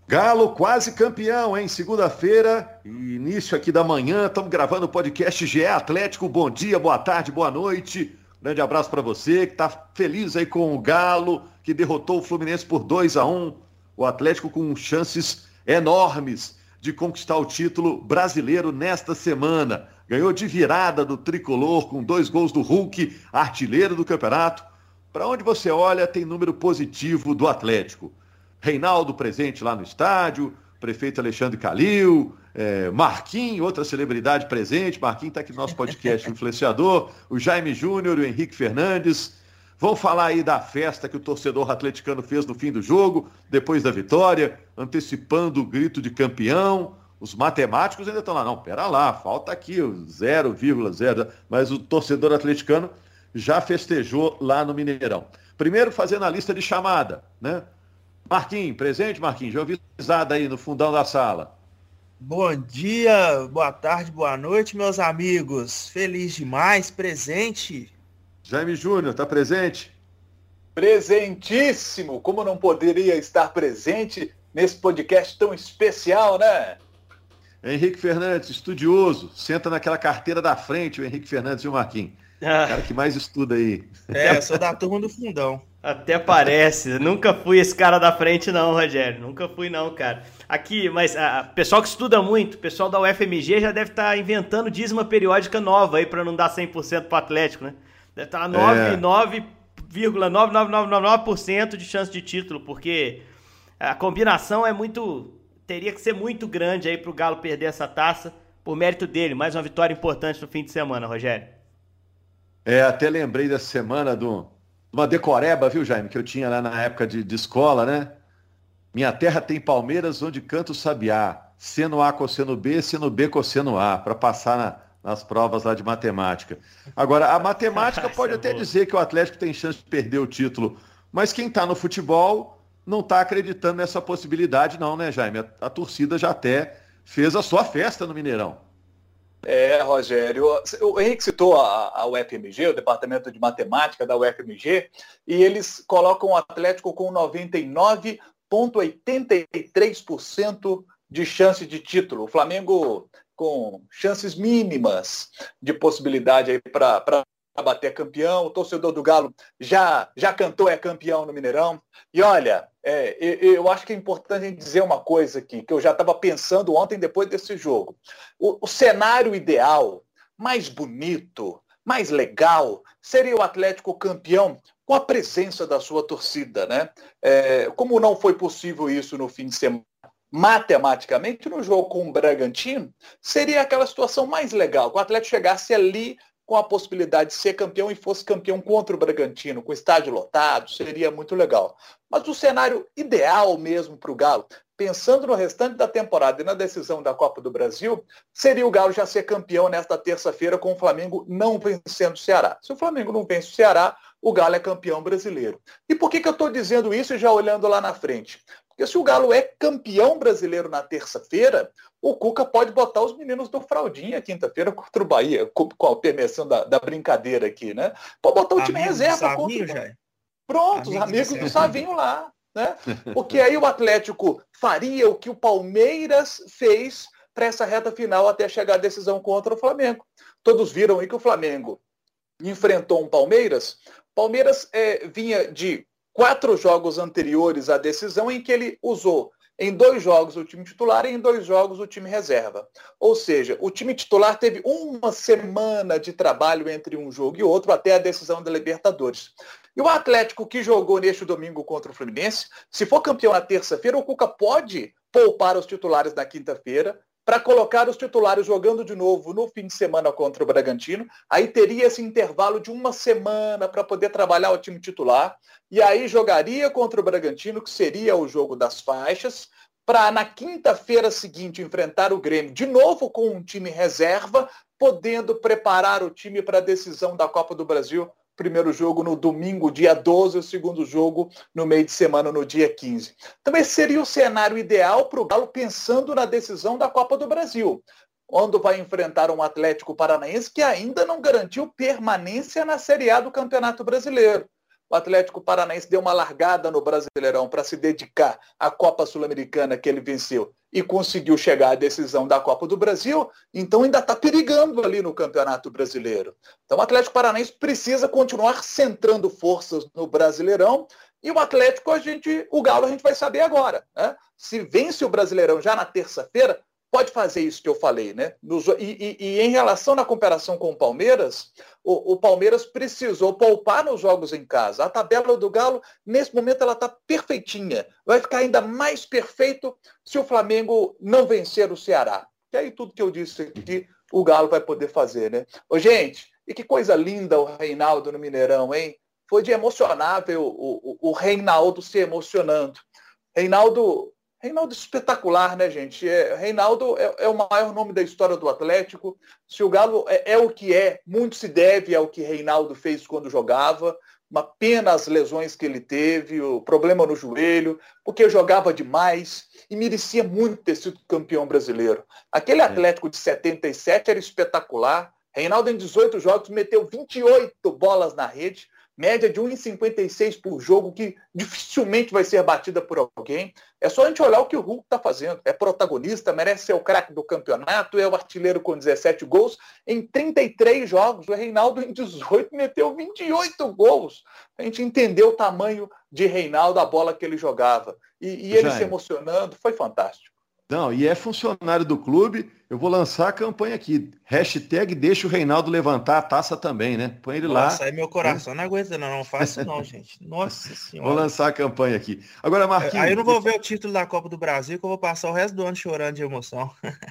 Galo quase campeão, hein? Segunda-feira, início aqui da manhã, estamos gravando o podcast GE Atlético. Bom dia, boa tarde, boa noite. Grande abraço para você que está feliz aí com o Galo, que derrotou o Fluminense por 2-1. O Atlético com chances enormes de conquistar o título brasileiro nesta semana. Ganhou de virada do Tricolor com 2 gols do Hulk, artilheiro do campeonato. Para onde você olha, tem número positivo do Atlético. Reinaldo presente lá no estádio, prefeito Alexandre Calil, Marquinhos, outra celebridade presente. Marquinhos está aqui no nosso podcast, influenciador. O Jaime Júnior, o Henrique Fernandes. Vamos falar aí da festa que o torcedor atleticano fez no fim do jogo, depois da vitória, antecipando o grito de campeão. Os matemáticos ainda estão lá. Não, pera lá, falta aqui o 0,0. Mas o torcedor atleticano já festejou lá no Mineirão. Primeiro fazendo a lista de chamada, né? Marquinhos, presente, Marquinhos? Já ouvi risada aí no fundão da sala. Bom dia, boa tarde, boa noite, meus amigos. Feliz demais, presente. Jaime Júnior, tá presente? Presentíssimo! Como não poderia estar presente nesse podcast tão especial, né? Henrique Fernandes, estudioso. Senta naquela carteira da frente, o Henrique Fernandes e o Marquinhos. O cara que mais estuda aí. Eu sou da turma do fundão. Até parece. Nunca fui esse cara da frente não, Rogério. Nunca fui não, cara. Aqui, mas pessoal que estuda muito, pessoal da UFMG já deve estar inventando dízima periódica nova aí para não dar 100% pro Atlético, né? Deve estar 9,99999% de chance de título, porque a combinação é muito... Teria que ser muito grande aí pro Galo perder essa taça, por mérito dele. Mais uma vitória importante no fim de semana, Rogério. Até lembrei dessa semana de uma decoreba, viu, Jaime, que eu tinha lá na época de escola, né? Minha terra tem palmeiras onde canta o sabiá. Seno A, cosseno B, seno B, cosseno A, para passar nas provas lá de matemática. Agora, a matemática pode até dizer que o Atlético tem chance de perder o título, mas quem está no futebol não está acreditando nessa possibilidade não, né, Jaime? A torcida já até fez a sua festa no Mineirão. Rogério, o Henrique citou a UFMG, o Departamento de Matemática da UFMG, e eles colocam o Atlético com 99,83% de chance de título. O Flamengo com chances mínimas de possibilidade aí para bater campeão. O torcedor do Galo já cantou campeão no Mineirão. E olha, eu acho que é importante a gente dizer uma coisa aqui, que eu já estava pensando ontem depois desse jogo. O cenário ideal, mais bonito, mais legal, seria o Atlético campeão com a presença da sua torcida, né? Como não foi possível isso no fim de semana, matematicamente, no jogo com o Bragantino, seria aquela situação mais legal, que o Atlético chegasse ali com a possibilidade de ser campeão e fosse campeão contra o Bragantino, com o estádio lotado, seria muito legal. Mas o cenário ideal mesmo para o Galo, pensando no restante da temporada e na decisão da Copa do Brasil, seria o Galo já ser campeão nesta terça-feira com o Flamengo não vencendo o Ceará. Se o Flamengo não vence o Ceará, o Galo é campeão brasileiro. E por que eu estou dizendo isso já olhando lá na frente? Porque se o Galo é campeão brasileiro na terça-feira, o Cuca pode botar os meninos do Fraldinha quinta-feira contra o Bahia, com a permissão da brincadeira aqui, né? Pode botar o time reserva Savinho, contra o... Pronto, os amigos do Savinho lá, né? Porque aí o Atlético faria o que o Palmeiras fez para essa reta final até chegar a decisão contra o Flamengo. Todos viram aí que o Flamengo enfrentou um Palmeiras. Palmeiras vinha de 4 jogos anteriores à decisão em que ele usou em 2 jogos o time titular e em 2 jogos o time reserva. Ou seja, o time titular teve uma semana de trabalho entre um jogo e outro até a decisão da Libertadores. E o Atlético que jogou neste domingo contra o Fluminense, se for campeão na terça-feira, o Cuca pode poupar os titulares na quinta-feira para colocar os titulares jogando de novo no fim de semana contra o Bragantino. Aí teria esse intervalo de uma semana para poder trabalhar o time titular. E aí jogaria contra o Bragantino, que seria o jogo das faixas, para na quinta-feira seguinte enfrentar o Grêmio de novo com um time reserva, podendo preparar o time para a decisão da Copa do Brasil. Primeiro jogo no domingo, dia 12, o segundo jogo no meio de semana, no dia 15. Então esse seria o cenário ideal para o Galo, pensando na decisão da Copa do Brasil, quando vai enfrentar um Atlético Paranaense que ainda não garantiu permanência na Série A do Campeonato Brasileiro. o Atlético Paranaense deu uma largada no Brasileirão para se dedicar à Copa Sul-Americana que ele venceu e conseguiu chegar à decisão da Copa do Brasil, então ainda está perigando ali no Campeonato Brasileiro. Então o Atlético Paranaense precisa continuar centrando forças no Brasileirão e o Atlético, o Galo a gente vai saber agora, né? Se vence o Brasileirão já na terça-feira, pode fazer isso que eu falei, né? E em relação à comparação com o Palmeiras, o Palmeiras precisou poupar nos jogos em casa. A tabela do Galo, nesse momento, ela está perfeitinha. Vai ficar ainda mais perfeito se o Flamengo não vencer o Ceará. E aí tudo que eu disse aqui, o Galo vai poder fazer, né? Ô, gente, e que coisa linda o Reinaldo no Mineirão, hein? Foi de emocionável o Reinaldo se emocionando. Reinaldo espetacular, né, gente? Reinaldo é o maior nome da história do Atlético. Se o Galo é o que é, muito se deve ao que Reinaldo fez quando jogava. Uma pena as lesões que ele teve, o problema no joelho, porque jogava demais e merecia muito ter sido campeão brasileiro. Aquele Atlético de 77 era espetacular. Reinaldo, em 18 jogos, meteu 28 bolas na rede, média de 1,56 por jogo, que dificilmente vai ser batida por alguém. É só a gente olhar o que o Hulk está fazendo. É protagonista, merece ser o craque do campeonato, é o artilheiro com 17 gols. Em 33 jogos, o Reinaldo em 18 meteu 28 gols. A gente entendeu o tamanho de Reinaldo, a bola que ele jogava. E ele se emocionando, foi fantástico. Não, e é funcionário do clube, eu vou lançar a campanha aqui. Hashtag deixa o Reinaldo levantar a taça também, né? Põe ele lá. Nossa, aí meu coração não aguenta, não faço não, gente. Nossa Senhora. Vou lançar a campanha aqui. Agora, Marquinhos... Aí eu não vou ver o título da Copa do Brasil, que eu vou passar o resto do ano chorando de emoção.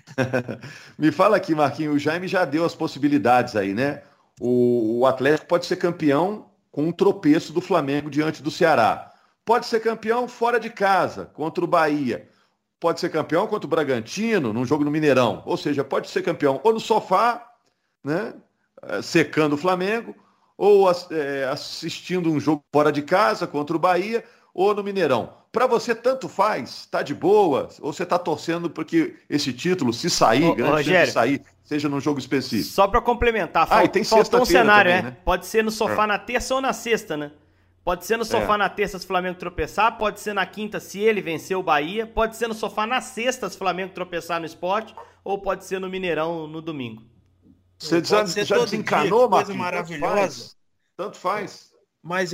Me fala aqui, Marquinhos, o Jaime já deu as possibilidades aí, né? O Atlético pode ser campeão com um tropeço do Flamengo diante do Ceará. Pode ser campeão fora de casa, contra o Bahia. Pode ser campeão contra o Bragantino, num jogo no Mineirão. Ou seja, pode ser campeão ou no sofá, né, secando o Flamengo, ou assistindo um jogo fora de casa contra o Bahia, ou no Mineirão. Para você, tanto faz, tá de boa, ou você tá torcendo porque esse título, se sair, grande chance de sair, seja num jogo específico. Só para complementar, faltou um cenário, também, né? Pode ser no sofá na terça ou na sexta, né? Pode ser no sofá na terça se o Flamengo tropeçar, pode ser na quinta se ele vencer o Bahia, pode ser no sofá na sexta se o Flamengo tropeçar no Sport, ou pode ser no Mineirão no domingo. Você já desencanou, Marquinhos? Coisa maravilhosa. Tanto faz. Mas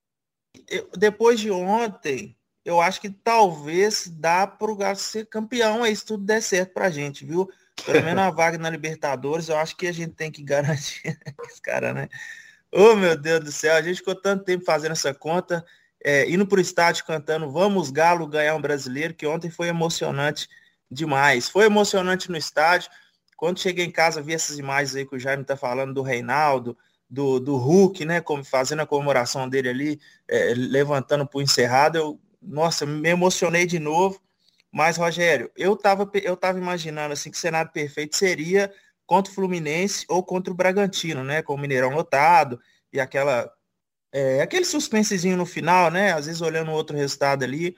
depois de ontem, eu acho que talvez dá pro Galo ser campeão aí se tudo der certo pra gente, viu? Pelo menos a vaga na Libertadores, eu acho que a gente tem que garantir esse cara, né? Oh, meu Deus do céu, a gente ficou tanto tempo fazendo essa conta, indo pro estádio cantando Vamos Galo ganhar um brasileiro, que ontem foi emocionante demais. Foi emocionante no estádio. Quando cheguei em casa, vi essas imagens aí que o Jaime tá falando do Reinaldo, do Hulk, né, fazendo a comemoração dele ali, levantando pro encerrado. Nossa, me emocionei de novo. Mas, Rogério, eu tava imaginando assim que o cenário perfeito seria contra o Fluminense ou contra o Bragantino, né? Com o Mineirão lotado e aquele suspensezinho no final, né? Às vezes olhando outro resultado ali.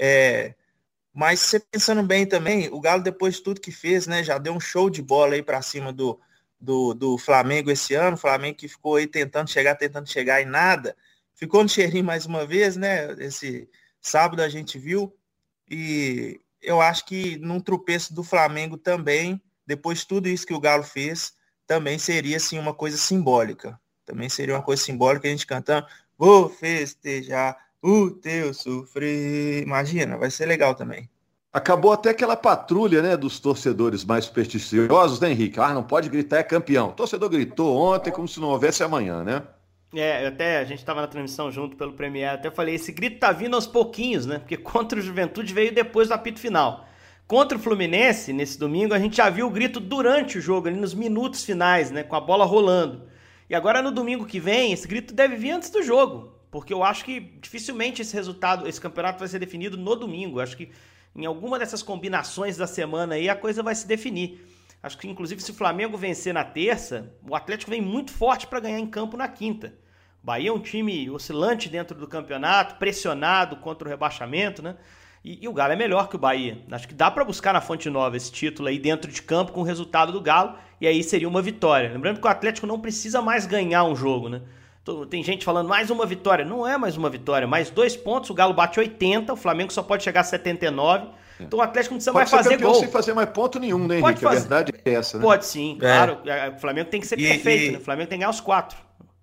Mas você pensando bem também, o Galo, depois de tudo que fez, né? Já deu um show de bola aí para cima do Flamengo esse ano. O Flamengo que ficou aí tentando chegar e nada. Ficou no cheirinho mais uma vez, né? Esse sábado a gente viu. E eu acho que num tropeço do Flamengo também, depois de tudo isso que o Galo fez, também seria assim, uma coisa simbólica. Também seria uma coisa simbólica a gente cantando vou festejar o teu sofrer. Imagina, vai ser legal também. Acabou até aquela patrulha, né, dos torcedores mais supersticiosos, né, Henrique? Não pode gritar, é campeão. O torcedor gritou ontem como se não houvesse amanhã, né? A gente estava na transmissão junto pelo Premier, até falei, esse grito tá vindo aos pouquinhos, né? Porque contra o Juventude veio depois do apito final. Contra o Fluminense, nesse domingo, a gente já viu o grito durante o jogo, ali nos minutos finais, né? Com a bola rolando. E agora no domingo que vem, esse grito deve vir antes do jogo. Porque eu acho que dificilmente esse campeonato vai ser definido no domingo. Eu acho que em alguma dessas combinações da semana aí a coisa vai se definir. Acho que, inclusive, se o Flamengo vencer na terça, o Atlético vem muito forte para ganhar em campo na quinta. O Bahia é um time oscilante dentro do campeonato, pressionado contra o rebaixamento, né? E o Galo é melhor que o Bahia. Acho que dá para buscar na Fonte Nova esse título aí dentro de campo com o resultado do Galo, e aí seria uma vitória. Lembrando que o Atlético não precisa mais ganhar um jogo, né? Tem gente falando mais uma vitória. Não é mais uma vitória, mais 2 pontos. O Galo bate 80, o Flamengo só pode chegar a 79. Então o Atlético não precisa mais fazer gol. Sem fazer mais ponto nenhum, né, Henrique? A verdade é essa, né? Pode sim, claro. O Flamengo tem que ser perfeito, né? O Flamengo tem que ganhar os 4.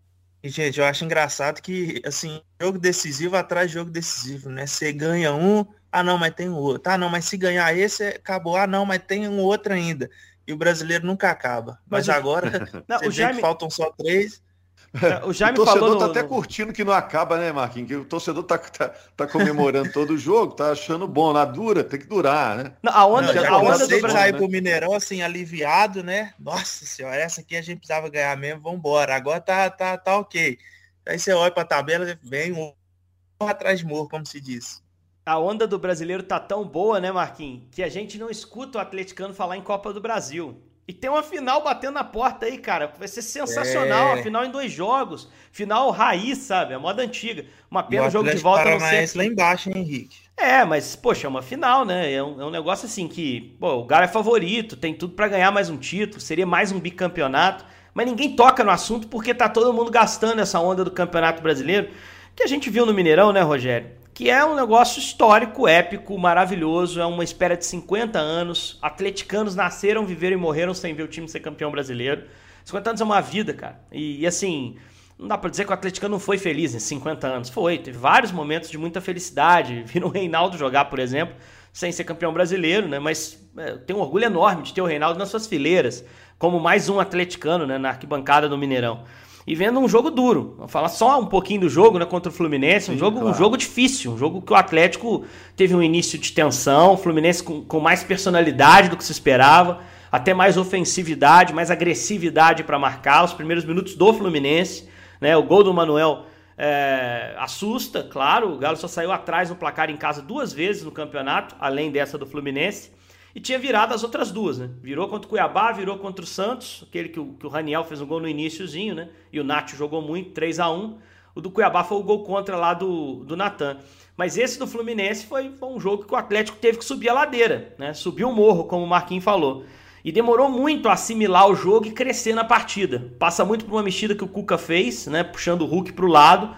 E, gente, eu acho engraçado que, assim, jogo decisivo atrás de jogo decisivo, né? Você ganha um, não, mas tem um outro. Não, mas se ganhar esse, acabou. Não, mas tem um outro ainda. E o brasileiro nunca acaba. Mas agora, faltam só 3... O Jaime torcedor falou tá até curtindo que não acaba, né, Marquinhos? Que o torcedor tá comemorando todo o jogo, tá achando bom. Na dura, tem que durar, né? A onda do Brasil sair pro Mineirão, assim, aliviado, né? Nossa senhora, essa aqui a gente precisava ganhar mesmo, vambora. Agora tá ok. Aí você olha pra tabela, vem um atrás de morro, como se diz. A onda do brasileiro tá tão boa, né, Marquinhos, que a gente não escuta o atleticano falar em Copa do Brasil. E tem uma final batendo na porta aí, cara. Vai ser sensacional. A final em 2 jogos. Final raiz, sabe? A moda antiga. Uma pena o jogo de volta não ser... lá embaixo, hein, Henrique? Mas, poxa, é uma final, né? É um negócio assim que... Pô, o Galo é favorito, tem tudo pra ganhar mais um título. Seria mais um bicampeonato. Mas ninguém toca no assunto porque tá todo mundo gastando essa onda do Campeonato Brasileiro. Que a gente viu no Mineirão, né, Rogério? Que é um negócio histórico, épico, maravilhoso, é uma espera de 50 anos, atleticanos nasceram, viveram e morreram sem ver o time ser campeão brasileiro. 50 anos é uma vida, cara, e assim, não dá pra dizer que o atleticano não foi feliz em 50 anos, teve vários momentos de muita felicidade, viram o Reinaldo jogar, por exemplo, sem ser campeão brasileiro, né, mas tem um orgulho enorme de ter o Reinaldo nas suas fileiras, como mais um atleticano, né, na arquibancada do Mineirão. E vendo um jogo duro. Vou falar só um pouquinho do jogo, né, contra o Fluminense. Um jogo difícil, um jogo que o Atlético teve um início de tensão, o Fluminense com mais personalidade do que se esperava, até mais ofensividade, mais agressividade para marcar. Os primeiros minutos do Fluminense, né, o gol do Manuel assusta, claro. O Galo só saiu atrás no placar em casa 2 vezes no campeonato, além dessa do Fluminense. E tinha virado as outras 2, né? Virou contra o Cuiabá, virou contra o Santos, aquele que o Raniel fez um gol no iniciozinho, né? E o Nacho jogou muito, 3-1. O do Cuiabá foi o gol contra lá do Natan. Mas esse do Fluminense foi um jogo que o Atlético teve que subir a ladeira, né? Subir o morro, como o Marquinhos falou. E demorou muito a assimilar o jogo e crescer na partida. Passa muito por uma mexida que o Cuca fez, né? Puxando o Hulk para o lado,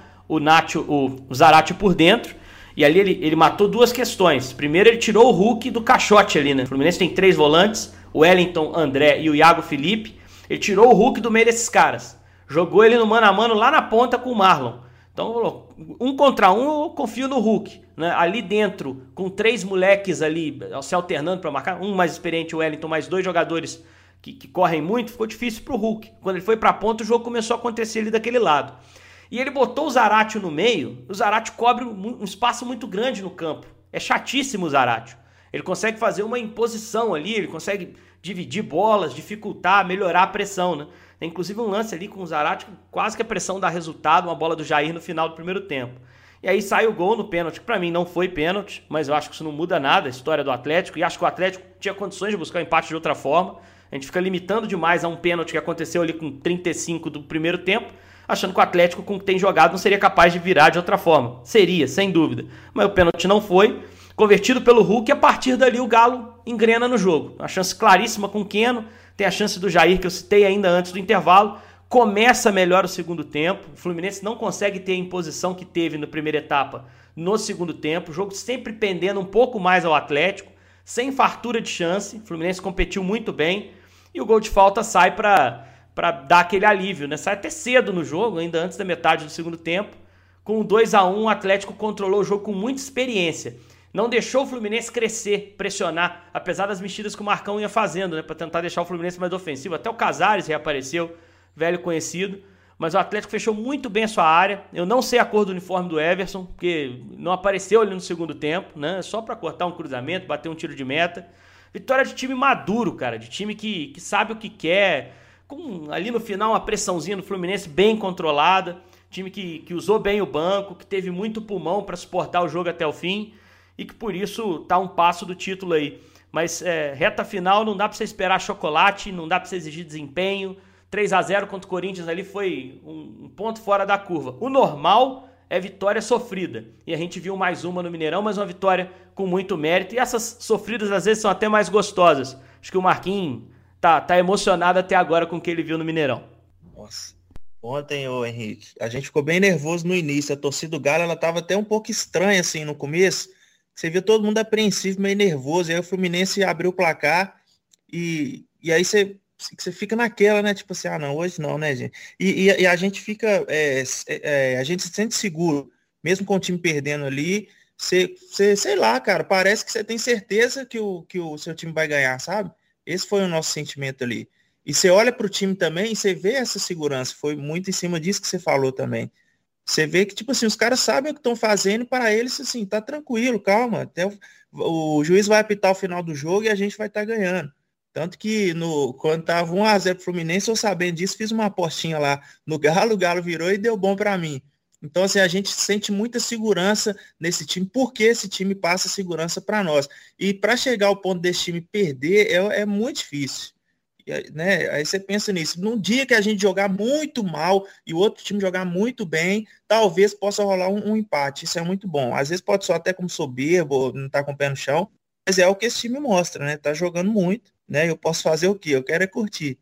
o Zarate por dentro. E ali ele matou 2 questões. Primeiro, ele tirou o Hulk do caixote ali, né? O Fluminense tem 3 volantes, o Wellington, André e o Iago Felipe. Ele tirou o Hulk do meio desses caras. Jogou ele no mano a mano lá na ponta com o Marlon. Então, 1 contra 1, eu confio no Hulk, né? Ali dentro, com 3 moleques ali se alternando para marcar, um mais experiente, o Wellington, mais 2 jogadores que correm muito, ficou difícil pro Hulk. Quando ele foi pra ponta, o jogo começou a acontecer ali daquele lado. E ele botou o Zaratio no meio, o Zaratio cobre um espaço muito grande no campo. É chatíssimo o Zaratio. Ele consegue fazer uma imposição ali, ele consegue dividir bolas, dificultar, melhorar a pressão, né? Tem inclusive um lance ali com o Zaratio, quase que a pressão dá resultado, uma bola do Jair no final do primeiro tempo. E aí sai o gol no pênalti, que pra mim não foi pênalti, mas eu acho que isso não muda nada, a história do Atlético, e acho que o Atlético tinha condições de buscar o empate de outra forma. A gente fica limitando demais a um pênalti que aconteceu ali com 35 do primeiro tempo, achando que o Atlético, com o que tem jogado, não seria capaz de virar de outra forma. Seria, sem dúvida. Mas o pênalti não foi. Convertido pelo Hulk, e a partir dali o Galo engrena no jogo. Uma chance claríssima com o Keno. Tem a chance do Jair, que eu citei ainda antes do intervalo. Começa melhor o segundo tempo. O Fluminense não consegue ter a imposição que teve na primeira etapa no segundo tempo. O jogo sempre pendendo um pouco mais ao Atlético. Sem fartura de chance. O Fluminense competiu muito bem. E o gol de falta sai para dar aquele alívio, né? Sai até cedo no jogo, ainda antes da metade do segundo tempo. Com o 2-1, o Atlético controlou o jogo com muita experiência. Não deixou o Fluminense crescer, pressionar, apesar das mexidas que o Marcão ia fazendo, né? Para tentar deixar o Fluminense mais ofensivo. Até o Casares reapareceu, velho conhecido. Mas o Atlético fechou muito bem a sua área. Eu não sei a cor do uniforme do Everson, porque não apareceu ali no segundo tempo, né? Só para cortar um cruzamento, bater um tiro de meta. Vitória de time maduro, cara. De time que sabe o que quer. Com ali no final uma pressãozinha do Fluminense bem controlada, time que usou bem o banco, que teve muito pulmão para suportar o jogo até o fim e que por isso tá um passo do título aí. Mas reta final não dá para você esperar chocolate, não dá para você exigir desempenho. 3-0 contra o Corinthians ali foi um ponto fora da curva. O normal é vitória sofrida. E a gente viu mais uma no Mineirão, mas uma vitória com muito mérito. E essas sofridas às vezes são até mais gostosas. Acho que o Marquinhos tá emocionado até agora com o que ele viu no Mineirão. Nossa. Ontem, ô Henrique, a gente ficou bem nervoso no início. A torcida do Galo, ela tava até um pouco estranha, assim, no começo. Você viu todo mundo apreensivo, meio nervoso. E aí o Fluminense abriu o placar e aí você fica naquela, né? Tipo assim, ah, não, hoje não, né, gente? E a gente fica, a gente se sente seguro, mesmo com o time perdendo ali. Sei lá, cara, parece que você tem certeza que o seu time vai ganhar, sabe? Esse foi o nosso sentimento ali. E você olha para o time também e você vê essa segurança. Foi muito em cima disso que você falou também. Você vê que, tipo assim, os caras sabem o que estão fazendo e para eles, assim, tá tranquilo, calma. Até o juiz vai apitar o final do jogo e a gente vai estar ganhando. Tanto que quando tava 1-0 pro Fluminense, eu sabendo disso, fiz uma apostinha lá no Galo, o Galo virou e deu bom para mim. Então, assim, a gente sente muita segurança nesse time, porque esse time passa segurança para nós. E para chegar ao ponto desse time perder, é muito difícil. Né? Aí você pensa nisso. Num dia que a gente jogar muito mal e o outro time jogar muito bem, talvez possa rolar um empate. Isso é muito bom. Às vezes pode soar até como soberbo, não tá com o pé no chão, mas é o que esse time mostra, né? Tá jogando muito, né? Eu posso fazer o quê? Eu quero é curtir.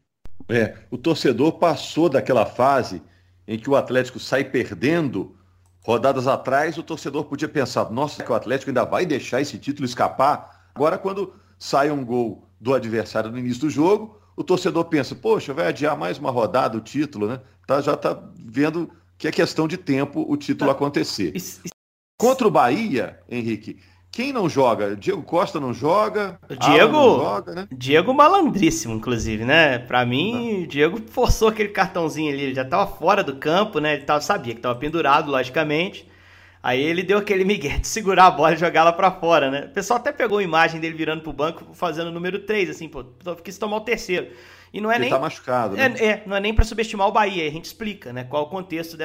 O torcedor passou daquela fase em que o Atlético sai perdendo. Rodadas atrás, o torcedor podia pensar, nossa, que o Atlético ainda vai deixar esse título escapar. Agora, quando sai um gol do adversário no início do jogo, o torcedor pensa, poxa, vai adiar mais uma rodada o título, né? Já está vendo que é questão de tempo o título acontecer. Contra o Bahia, Henrique, quem não joga? Diego Costa não joga? Diego não joga, né? Diego malandríssimo, inclusive, né? Pra mim, o Diego forçou aquele cartãozinho ali, ele já tava fora do campo, né? Ele sabia que tava pendurado, logicamente. Aí ele deu aquele migué de segurar a bola e jogar ela pra fora, né? O pessoal até pegou a imagem dele virando pro banco, fazendo o número 3, assim, pô, quis tomar o terceiro. E não é ele nem... tá machucado, né? Não é nem pra subestimar o Bahia, a gente explica, né? Qual é o contexto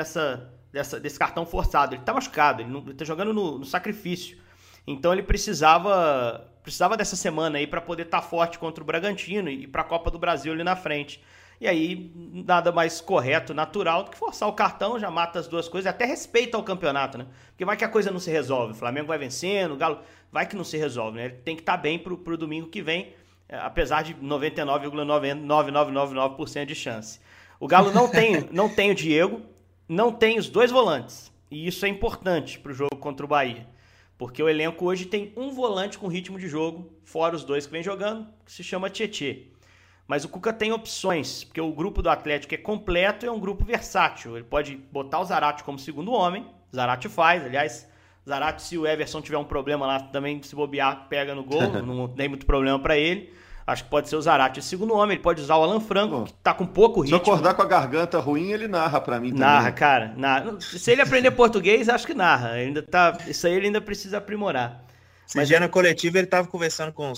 desse cartão forçado. Ele tá machucado, ele tá jogando no sacrifício. Então ele precisava dessa semana aí para poder estar forte contra o Bragantino e para a Copa do Brasil ali na frente. E aí, nada mais correto, natural do que forçar o cartão, já mata as duas coisas, até respeita o campeonato, né? Porque vai que a coisa não se resolve, o Flamengo vai vencendo, o Galo vai que não se resolve, né? Ele tem que estar bem pro domingo que vem, apesar de 99,9999% de chance. O Galo não tem o Diego, não tem os dois volantes, e isso é importante pro jogo contra o Bahia. Porque o elenco hoje tem um volante com ritmo de jogo, fora os dois que vem jogando, que se chama Tietê. Mas o Cuca tem opções, porque o grupo do Atlético é completo e é um grupo versátil. Ele pode botar o Zarate como segundo homem, Zarate faz, aliás, Zarate, se o Everson tiver um problema lá, também se bobear, pega no gol, não tem muito problema para ele. Acho que pode ser o Zarate de segundo homem, ele pode usar o Alan Franco, que tá com pouco ritmo. Se eu acordar com a garganta ruim, ele narra pra mim também. Narra, cara. Narra. Se ele aprender português, acho que narra. Isso aí ele ainda precisa aprimorar. Esse dia na coletiva ele tava conversando com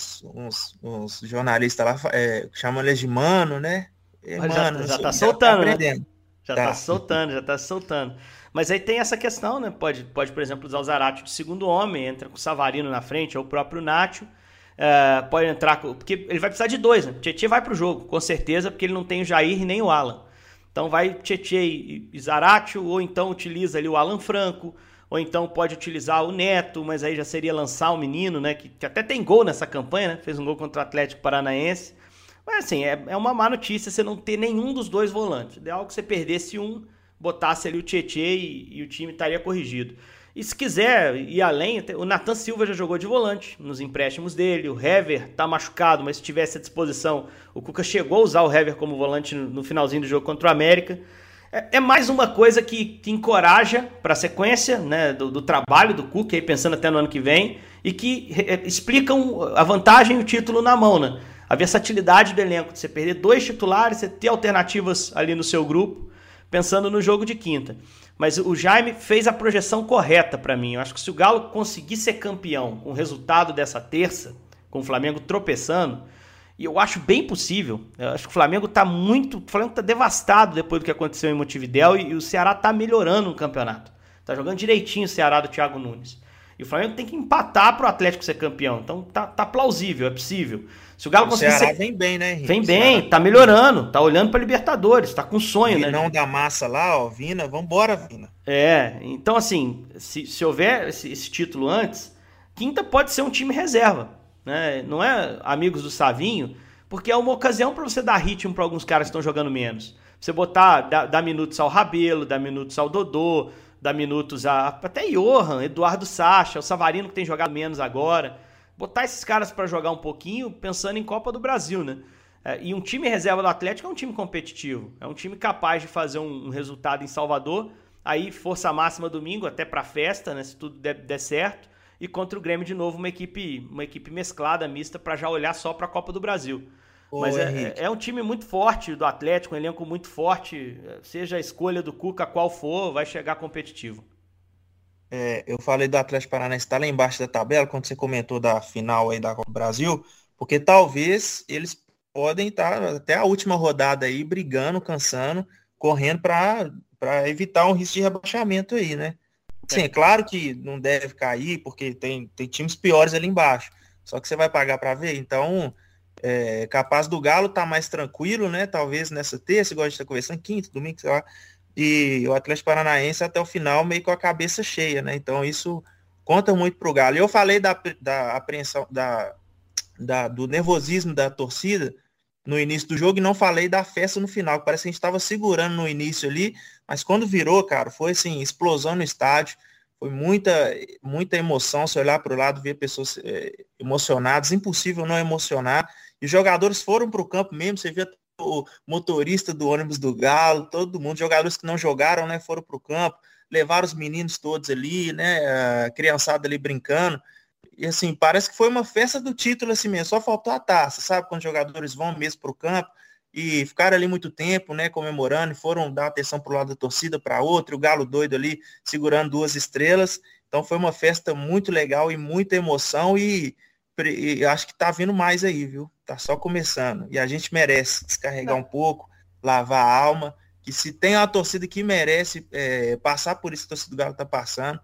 uns jornalistas lá, chamam eles de mano, né? Mano, já tá soltando, né? Já tá soltando. Mas aí tem essa questão, né? Pode por exemplo, usar o Zarate de segundo homem, entra com o Savarino na frente, ou o próprio Nacho. Pode entrar, porque ele vai precisar de dois, né? O Tietê vai pro jogo, com certeza, porque ele não tem o Jair e nem o Alan. Então vai Tietê e Zarate, ou então utiliza ali o Alan Franco, ou então pode utilizar o Neto, mas aí já seria lançar o menino, né? Que até tem gol nessa campanha, né? Fez um gol contra o Atlético Paranaense. Mas assim, é uma má notícia você não ter nenhum dos dois volantes. O ideal é que você perdesse um, botasse ali o Tietê e o time estaria corrigido. E se quiser ir além, o Nathan Silva já jogou de volante nos empréstimos dele, o Hever tá machucado, mas se tivesse à disposição, o Cuca chegou a usar o Hever como volante no finalzinho do jogo contra o América. É mais uma coisa que encoraja para a sequência, né, do trabalho do Cuca, aí pensando até no ano que vem, e que explicam a vantagem e o título na mão, né? A versatilidade do elenco, de você perder dois titulares, você ter alternativas ali no seu grupo, pensando no jogo de quinta. Mas o Jaime fez a projeção correta para mim. Eu acho que se o Galo conseguir ser campeão com o resultado dessa terça, com o Flamengo tropeçando, e eu acho bem possível, eu acho que o Flamengo tá devastado depois do que aconteceu em Montevidéu e o Ceará tá melhorando no campeonato. Tá jogando direitinho o Ceará do Thiago Nunes. E o Flamengo tem que empatar pro Atlético ser campeão. Então tá plausível, é possível. Se o Galo conseguir Ceará vem bem, né, Henrique? Vem bem, tá melhorando, tá olhando pra Libertadores, tá com sonho, né? Não da massa lá, ó, Vina, vambora, Vina. Então assim, se houver esse título antes, quinta pode ser um time reserva, né? Não é amigos do Savinho, porque é uma ocasião para você dar ritmo para alguns caras que estão jogando menos. Você botar, dar minutos ao Rabelo, dar minutos ao Dodô, dar minutos até Johan, Eduardo Sacha, o Savarino que tem jogado menos agora. Botar esses caras para jogar um pouquinho pensando em Copa do Brasil, né? E um time reserva do Atlético é um time competitivo, é um time capaz de fazer um resultado em Salvador, aí força máxima domingo até para festa, né, se tudo der certo, e contra o Grêmio de novo uma equipe mesclada, mista, para já olhar só para a Copa do Brasil. Mas é um time muito forte do Atlético, um elenco muito forte, seja a escolha do Cuca qual for, vai chegar competitivo. Eu falei do Atlético Paranaense, está lá embaixo da tabela, quando você comentou da final aí da Copa do Brasil, porque talvez eles podem estar até a última rodada aí brigando, cansando, correndo para evitar um risco de rebaixamento aí, né? Sim, é claro que não deve cair, porque tem times piores ali embaixo, só que você vai pagar para ver, então capaz do Galo tá mais tranquilo, né? Talvez nessa terça, igual a gente tá conversando, quinta, domingo, sei lá, e o Atlético Paranaense até o final meio com a cabeça cheia, né? Então isso conta muito pro Galo. E eu falei da apreensão, do nervosismo da torcida no início do jogo e não falei da festa no final, que parece que a gente estava segurando no início ali, mas quando virou, cara, foi assim, explosão no estádio, foi muita emoção, se olhar para o lado, ver pessoas emocionadas, impossível não emocionar, e os jogadores foram para o campo mesmo, você via o motorista do ônibus do Galo, todo mundo, jogadores que não jogaram, né, foram para o campo, levaram os meninos todos ali, né, a criançada ali brincando, e assim, parece que foi uma festa do título assim mesmo, só faltou a taça, sabe? Quando os jogadores vão mesmo pro campo e ficaram ali muito tempo, né, comemorando, e foram dar atenção pro lado da torcida, para outro, o Galo doido ali, segurando 2 estrelas. Então foi uma festa muito legal e muita emoção e acho que tá vindo mais aí, viu? Tá só começando. E a gente merece descarregar um pouco, lavar a alma, que se tem uma torcida que merece passar por isso que a torcida do Galo tá passando,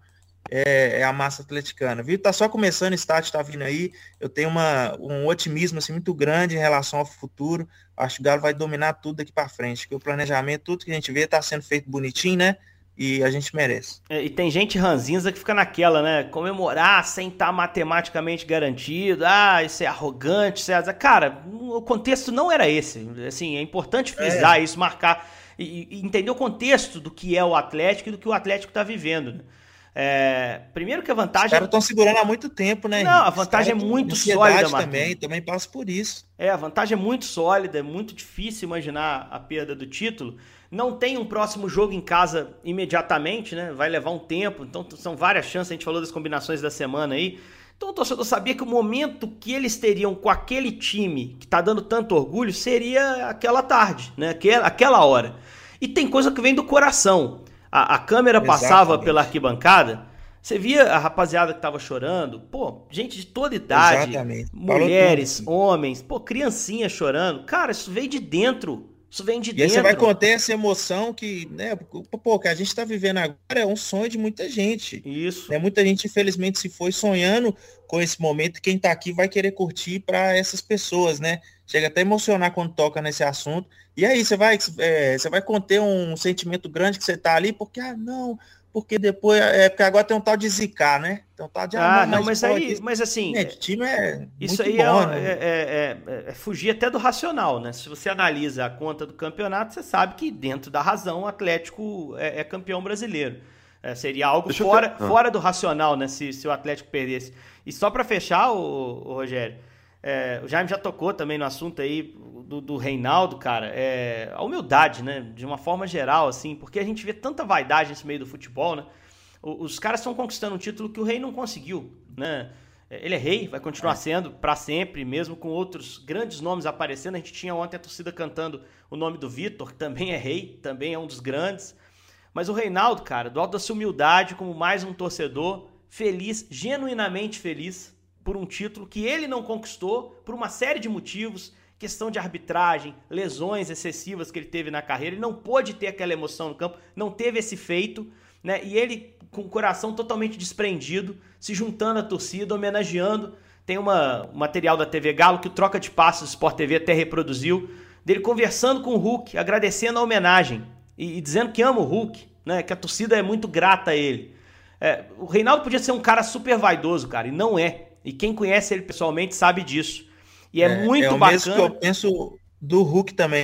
é a massa atleticana, viu? Tá só começando, o estádio tá vindo aí, eu tenho um otimismo assim, muito grande em relação ao futuro, acho que o Galo vai dominar tudo daqui para frente, que o planejamento, tudo que a gente vê tá sendo feito bonitinho, né? E a gente merece. E tem gente ranzinza que fica naquela, né? Comemorar sem estar matematicamente garantido, isso é arrogante, isso é... Cara, o contexto não era esse, assim, é importante frisar isso, marcar, e entender o contexto do que é o Atlético e do que o Atlético tá vivendo, né? Primeiro que a vantagem... Os caras estão segurando há muito tempo, né? Não, a vantagem é muito sólida, Marquinhos. Também passa por isso. A vantagem é muito sólida, é muito difícil imaginar a perda do título. Não tem um próximo jogo em casa imediatamente, né? Vai levar um tempo, então são várias chances, a gente falou das combinações da semana aí. Então o torcedor sabia que o momento que eles teriam com aquele time que tá dando tanto orgulho seria aquela tarde, né? Aquela hora. E tem coisa que vem do coração. A câmera passava pela arquibancada, você via a rapaziada que tava chorando, gente de toda idade, mulheres, homens, criancinha chorando. Cara, isso veio de dentro. E aí você vai conter essa emoção que, né, que a gente tá vivendo agora é um sonho de muita gente. Isso. Né? Muita gente, infelizmente, se foi sonhando com esse momento. Quem tá aqui vai querer curtir para essas pessoas, né? Chega até a emocionar quando toca nesse assunto. E aí você vai conter um sentimento grande que você tá ali, porque, porque depois, porque agora tem um tal de zicar, né? Tem um tal de, mas assim... Gente, time é isso muito aí bom, é fugir até do racional, né? Se você analisa a conta do campeonato, você sabe que dentro da razão o Atlético é campeão brasileiro. Seria algo fora do racional, né? Se o Atlético perdesse. E só para fechar, o Rogério, o Jaime já tocou também no assunto aí do Reinaldo, cara, a humildade, né, de uma forma geral, assim, porque a gente vê tanta vaidade nesse meio do futebol, né, os caras estão conquistando um título que o Rei não conseguiu, né, ele é rei, vai continuar sendo para sempre, mesmo com outros grandes nomes aparecendo. A gente tinha ontem a torcida cantando o nome do Vitor, que também é rei, também é um dos grandes, mas o Reinaldo, cara, do alto da sua humildade, como mais um torcedor, feliz, genuinamente feliz, por um título que ele não conquistou por uma série de motivos, questão de arbitragem, lesões excessivas que ele teve na carreira, ele não pôde ter aquela emoção no campo, não teve esse feito, né? E ele com o coração totalmente desprendido, se juntando à torcida, homenageando. Tem um material da TV Galo que o Troca de Passos do Sport TV até reproduziu, dele conversando com o Hulk, agradecendo a homenagem e dizendo que ama o Hulk, né? Que a torcida é muito grata a ele. O Reinaldo podia ser um cara super vaidoso, cara, e não é. E quem conhece ele pessoalmente sabe disso. E é muito bacana. É o mesmo que eu penso do Hulk também.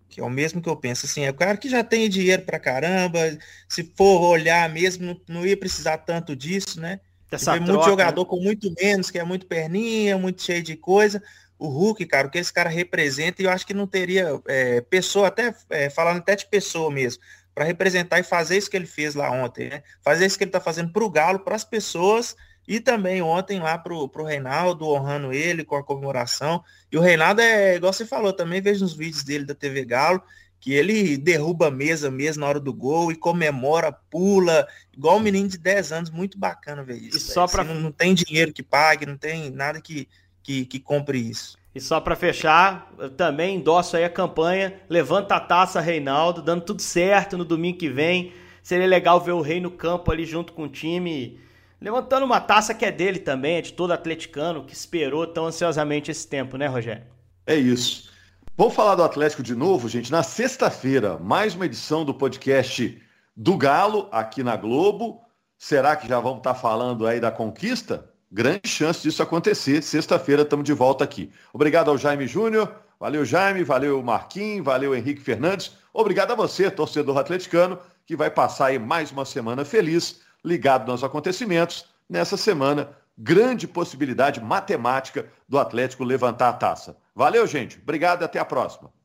que é o mesmo que eu penso, assim, é o cara que já tem dinheiro pra caramba, se for olhar mesmo, não ia precisar tanto disso, né? Tem muito jogador, né, com muito menos, que é muito perninha, muito cheio de coisa. O Hulk, cara, o que esse cara representa, e eu acho que não teria pessoa, até falando até de pessoa mesmo, para representar e fazer isso que ele fez lá ontem, né? Fazer isso que ele tá fazendo pro Galo, para as pessoas, e também ontem lá pro Reinaldo, honrando ele com a comemoração. E o Reinaldo igual você falou, também vejo nos vídeos dele da TV Galo, que ele derruba a mesa mesmo na hora do gol e comemora, pula, igual um menino de 10 anos, muito bacana ver isso. E só pra... não tem dinheiro que pague, não tem nada que compre isso. E só para fechar, eu também endosso aí a campanha, levanta a taça, Reinaldo, dando tudo certo no domingo que vem. Seria legal ver o Rei no campo ali junto com o time, levantando uma taça que é dele também, é de todo atleticano, que esperou tão ansiosamente esse tempo, né, Rogério? É isso. Vamos falar do Atlético de novo, gente. Na sexta-feira, mais uma edição do podcast do Galo, aqui na Globo. Será que já vamos estar falando aí da conquista? Grande chance disso acontecer. Sexta-feira estamos de volta aqui. Obrigado ao Jaime Júnior. Valeu, Jaime. Valeu, Marquinhos. Valeu, Henrique Fernandes. Obrigado a você, torcedor atleticano, que vai passar aí mais uma semana feliz, ligado nos acontecimentos. Nessa semana, grande possibilidade matemática do Atlético levantar a taça. Valeu, gente. Obrigado e até a próxima.